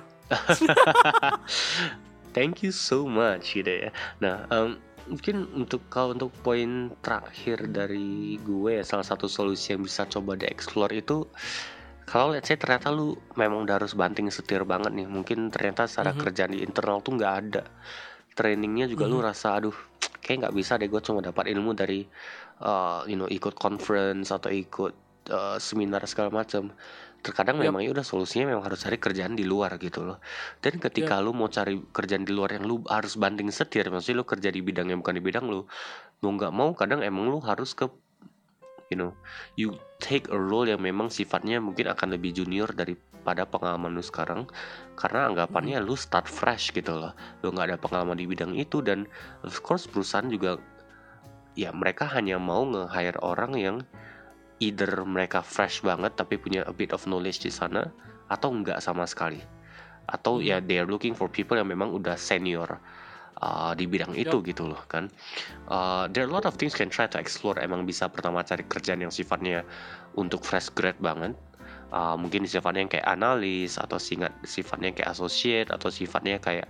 Thank you so much gitu ya. Nah, um, mungkin untuk kalau untuk poin terakhir dari gue ya, salah satu solusi yang bisa coba di-explore itu, kalau let's say ternyata lu memang udah harus banting setir banget nih, mungkin ternyata secara Mhm. kerjaan di internal tuh nggak ada, trainingnya juga lu Mhm. rasa aduh kayak nggak bisa deh, gue cuma dapat ilmu dari uh, you know ikut conference atau ikut uh, seminar segala macam. Terkadang Yep. memang ya udah solusinya memang harus cari kerjaan di luar gitu loh. Dan ketika lu mau cari kerjaan di luar yang lu harus banting setir, maksudnya lu kerja di bidang yang bukan di bidang lu, mau nggak mau kadang emang lu harus ke you know you take a role yang memang sifatnya mungkin akan lebih junior daripada pengalaman lu sekarang, karena anggapannya lu start fresh gitu loh, lu nggak ada pengalaman di bidang itu, dan of course perusahaan juga ya mereka hanya mau nge-hire orang yang either mereka fresh banget tapi punya a bit of knowledge di sana, atau enggak sama sekali, atau Hmm. ya they are looking for people yang memang udah senior uh, di bidang itu Yup. gitu loh kan. Uh, there are a lot of things can try to explore. Emang bisa pertama cari kerjaan yang sifatnya untuk fresh grad banget, uh, mungkin sifatnya yang kayak analis, atau singat sifatnya kayak associate, atau sifatnya kayak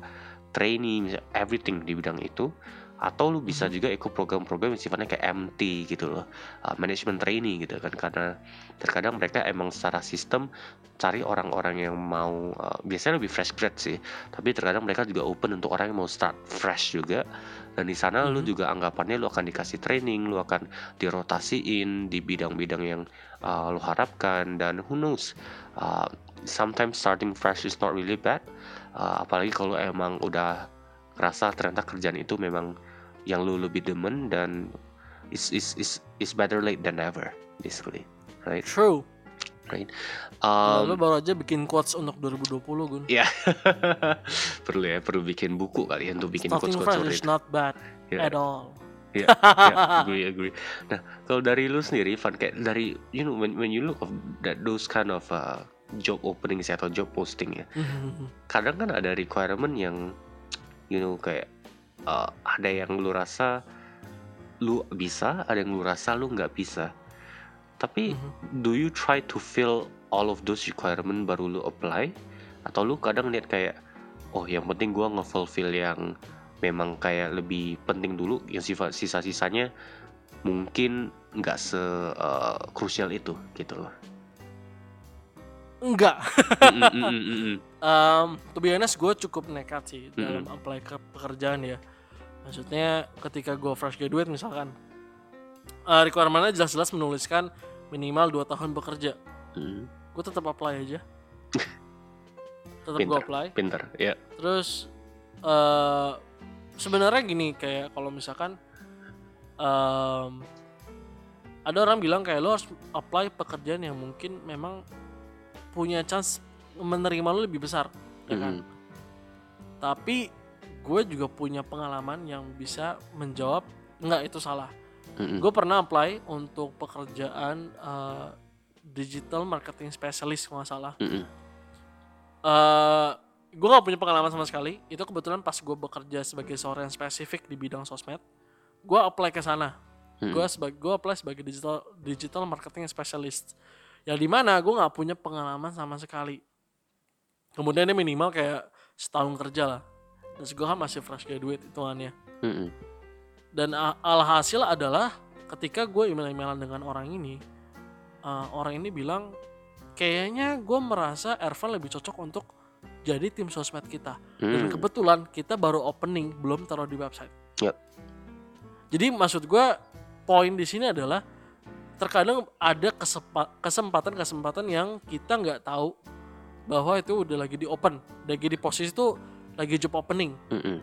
trainee, misalnya everything di bidang itu. Atau lu bisa Mhm. juga ikut program-program yang sifatnya kayak M T gitu loh, uh, management trainee gitu kan, karena terkadang mereka emang secara sistem cari orang-orang yang mau uh, biasanya lebih fresh grad sih, tapi terkadang mereka juga open untuk orang yang mau start fresh juga, dan di sana lu Mhm. juga anggapannya lu akan dikasih training, lu akan dirotasiin di bidang-bidang yang uh, lu harapkan, dan who knows, uh, sometimes starting fresh is not really bad, uh, apalagi kalau emang udah ngerasa ternyata kerjaan itu memang yang lu lebih demen, dan is is is is better late than never basically, right? True. Right. Gila, lu Um, baru aja bikin quotes untuk dua ribu dua puluh, Gun. ya perlu ya, perlu bikin buku kali ya untuk bikin Starting quotes-quotes fresh seperti is itu. not bad Ya, at all. ya, ya, agree, agree. Nah, kalau dari lu sendiri, Van, kayak dari you know when when you look of that those kind of uh, job openings atau job posting ya, Mhm. kadang kan ada requirement yang you know kayak uh, ada yang lu rasa lu bisa, ada yang lu rasa lu nggak bisa. Tapi Mhm. do you try to fill all of those requirement baru lu apply? Atau lu kadang lihat kayak, oh yang penting gua nge-fulfill yang memang kayak lebih penting dulu, yang sifat sisa-sisanya mungkin nggak se uh, krusial itu gitu loh. Enggak. Mm, mm, mm, mm, mm. Um, to be honest, gue cukup nekat sih dalam Mm-mm. apply ke pekerjaan ya. Maksudnya ketika gue fresh graduate misalkan, uh, requirement-nya jelas-jelas menuliskan minimal dua tahun bekerja. Mm. Gue tetap apply aja. Tetap gue Pinter, apply. pinter, ya. Terus uh, sebenarnya gini, kayak kalau misalkan um, ada orang bilang kayak lo harus apply pekerjaan yang mungkin memang punya chance menerima lo lebih besar, ya kan? Mm. Tapi gue juga punya pengalaman yang bisa menjawab enggak itu salah. Mm-mm. Gue pernah apply untuk pekerjaan uh, digital marketing specialist kalau nggak salah. Mm-mm. Uh, gue nggak punya pengalaman sama sekali. Itu kebetulan pas gue bekerja sebagai seorang yang spesifik di bidang sosmed, gue apply ke sana. Mm-mm. Gue sebagai gue apply sebagai digital digital marketing specialist. Yang dimana gue nggak punya pengalaman sama sekali. Kemudian dia minimal kayak setahun kerja lah. Dan gue kan masih fresh graduate hitungannya. Mm-mm. Dan a- alhasil adalah ketika gue email-emailan dengan orang ini, uh, orang ini bilang kayaknya gue merasa Ervan lebih cocok untuk jadi tim sosmed kita. Dan Mm. kebetulan kita baru opening, belum taruh di website. Yep. Jadi maksud gue poin di sini adalah terkadang ada kesepa- kesempatan-kesempatan yang kita nggak tahu bahwa itu udah lagi di open, lagi di posisi itu lagi job opening. Mm-mm.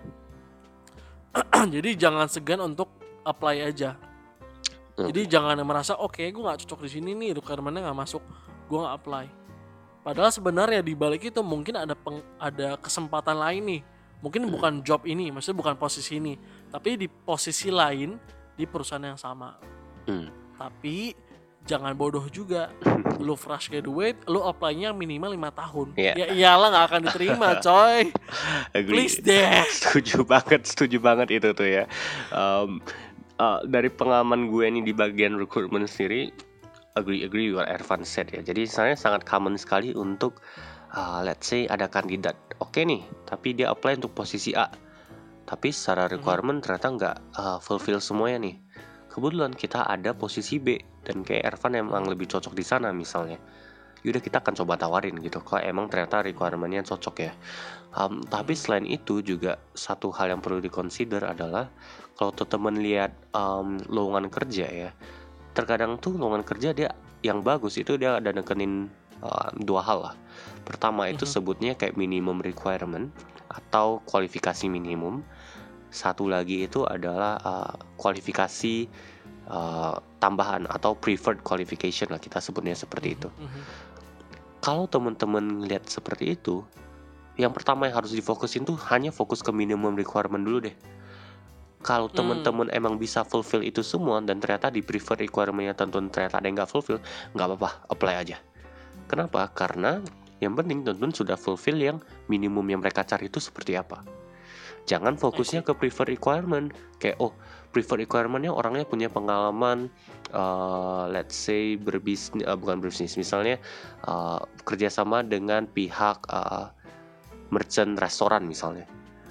Jadi jangan segan untuk apply aja. Okay. Jadi jangan merasa oke okay, gue nggak cocok di sini nih, requirement-nya nggak masuk, gue nggak apply. Padahal sebenarnya di balik itu mungkin ada peng, ada kesempatan lain nih. Mungkin hmm. bukan job ini, maksudnya bukan posisi ini, tapi di posisi lain di perusahaan yang sama. Mm. Tapi jangan bodoh juga. Lu fresh graduate, lu apply-nya minimal lima tahun. Yeah. Ya iyalah nggak akan diterima, coy. Agree. Please deh. Setuju banget, setuju banget itu tuh ya. Um, uh, dari pengalaman gue nih di bagian recruitment sendiri, agree agree what Ervan said ya. Jadi saya sangat common sekali untuk uh, let's say ada kandidat oke okay nih, tapi dia apply untuk posisi A, tapi secara requirement mm-hmm. ternyata nggak uh, fulfill semuanya nih. Kebetulan kita ada posisi B dan kayak Ervan emang lebih cocok di sana misalnya. Yaudah kita akan coba tawarin gitu, kalau emang ternyata requirement-nya cocok ya. Um, tapi selain itu juga satu hal yang perlu dikonsider adalah kalau teman-teman lihat um, lowongan kerja ya, terkadang tuh lowongan kerja dia yang bagus itu dia ada nekenin uh, dua hal lah. Pertama itu sebutnya kayak minimum requirement atau kualifikasi minimum. Satu lagi itu adalah uh, kualifikasi uh, tambahan atau preferred qualification lah, kita sebutnya seperti itu. Kalau teman-teman lihat seperti itu, yang pertama yang harus difokusin tuh hanya fokus ke minimum requirement dulu deh. Kalau teman-teman hmm. emang bisa fulfill itu semua dan ternyata di preferred requirement-nya tentuan ternyata ada yang nggak fulfill, nggak apa-apa, apply aja. Kenapa? Karena yang penting teman-teman sudah fulfill yang minimum yang mereka cari itu seperti apa. Jangan fokusnya ke preferred requirement. Kayak oh preferred requirement-nya orangnya punya pengalaman uh, let's say berbisnis, uh, bukan berbisnis, misalnya uh, kerjasama dengan pihak uh, merchant restoran misalnya.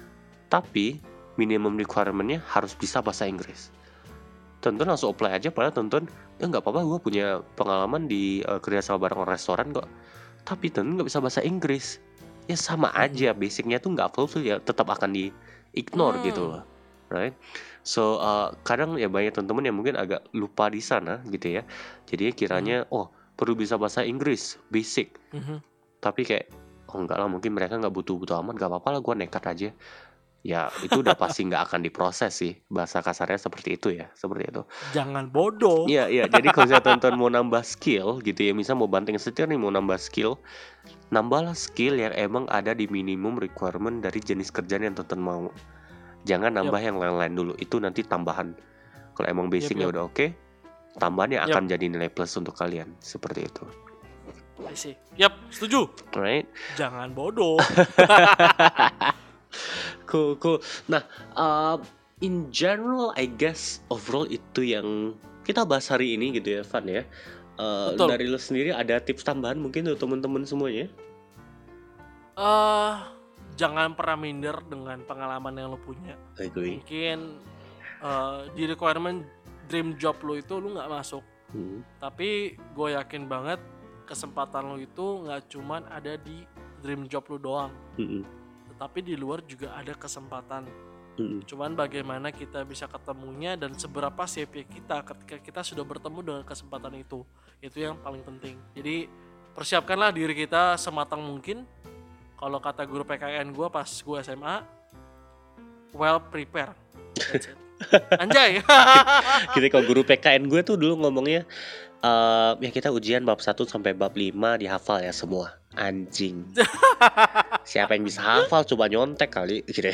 Tapi minimum requirement-nya harus bisa bahasa Inggris. Tonton langsung apply aja, padahal tonton ya nggak apa-apa, gue punya pengalaman di uh, kerja sama bareng orang restoran kok. Tapi tonton nggak bisa bahasa Inggris, ya sama aja, basicnya tuh nggak fulfill, ya tetap akan di ignore Hmm. gitu loh, right? So uh, kadang ya banyak teman-teman yang mungkin agak lupa di sana gitu ya. Jadi kiranya oh perlu bisa bahasa Inggris basic, Mhm. tapi kayak oh enggak lah, mungkin mereka nggak butuh-butuh amat, nggak apa-apa lah, gue nekat aja. Ya itu udah pasti nggak akan diproses sih, bahasa kasarnya seperti itu ya, seperti itu. Jangan bodoh. Iya iya, jadi kalau misalnya tonton mau nambah skill gitu ya, misal mau banting setir nih, mau nambah skill, nambahlah skill yang emang ada di minimum requirement dari jenis kerjaan yang tonton mau. Jangan nambah yang lain-lain dulu, itu nanti tambahan. Kalau emang basicnya Yap, yap. udah oke, tambahannya Yap. akan jadi nilai plus untuk kalian, seperti itu. I see. Yap, setuju. Alright. Jangan bodoh. Cool, cool. Nah, uh, in general, I guess overall itu yang kita bahas hari ini gitu ya, Van ya. Uh, Betul. dari lo sendiri ada tips tambahan mungkin untuk teman-teman semuanya? Eh, jangan pernah minder dengan pengalaman yang lo punya. Agree. Mungkin eh, di requirement dream job lo itu lo nggak masuk, Hmm. tapi gue yakin banget kesempatan lo itu nggak cuman ada di dream job lo doang, Mm-mm. tetapi di luar juga ada kesempatan. Mm-mm. Cuman bagaimana kita bisa ketemunya dan seberapa siap kita ketika kita sudah bertemu dengan kesempatan itu. Itu yang paling penting. Jadi persiapkanlah diri kita sematang mungkin. Kalau kata guru P K N gue pas gue S M A, well prepare. That's it. Anjay. Kita kalau guru P K N gue tuh dulu ngomongnya, uh, ya kita ujian bab satu sampai bab lima dihafal ya semua. Anjing. Siapa yang bisa hafal, coba nyontek kali gitu.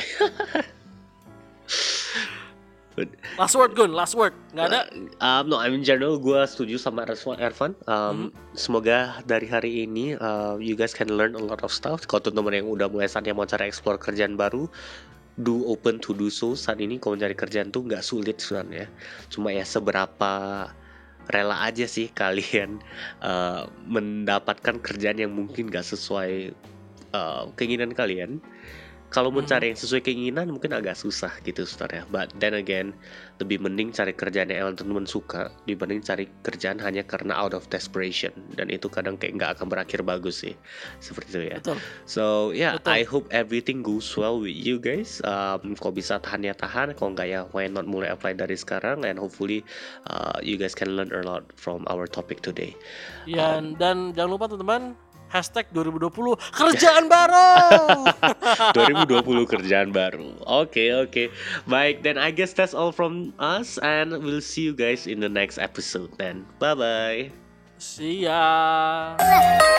Last word Gun, last word. Nggak ada? Um, no, I mean general gue setuju sama Ervan. Ervan. Um, Mhm. Semoga dari hari ini uh, you guys can learn a lot of stuff. Kalau teman-teman yang udah mulai saatnya mau cari explore kerjaan baru, do open to do so. Saat ini kalau mencari kerjaan tuh nggak sulit sebenarnya. Cuma ya seberapa rela aja sih kalian uh, mendapatkan kerjaan yang mungkin nggak sesuai uh, keinginan kalian. Kalau Hmm. mencari yang sesuai keinginan mungkin agak susah gitu sebenarnya. But then again, lebih mending cari kerjaan yang teman-teman suka dibanding cari kerjaan hanya karena out of desperation. Dan itu kadang kayak nggak akan berakhir bagus sih. Seperti itu ya. Betul. So yeah, Betul. I hope everything goes well with you guys. Um, kalau bisa tahan ya tahan. Kalau nggak ya why not mulai apply dari sekarang. And hopefully uh, you guys can learn a lot from our topic today. Ya, dan jangan lupa teman-teman, hashtag dua ribu dua puluh kerjaan baru. dua ribu dua puluh kerjaan baru. Oke, okay, oke. Okay. Baik, then I guess that's all from us and we'll see you guys in the next episode then. Bye bye. See ya.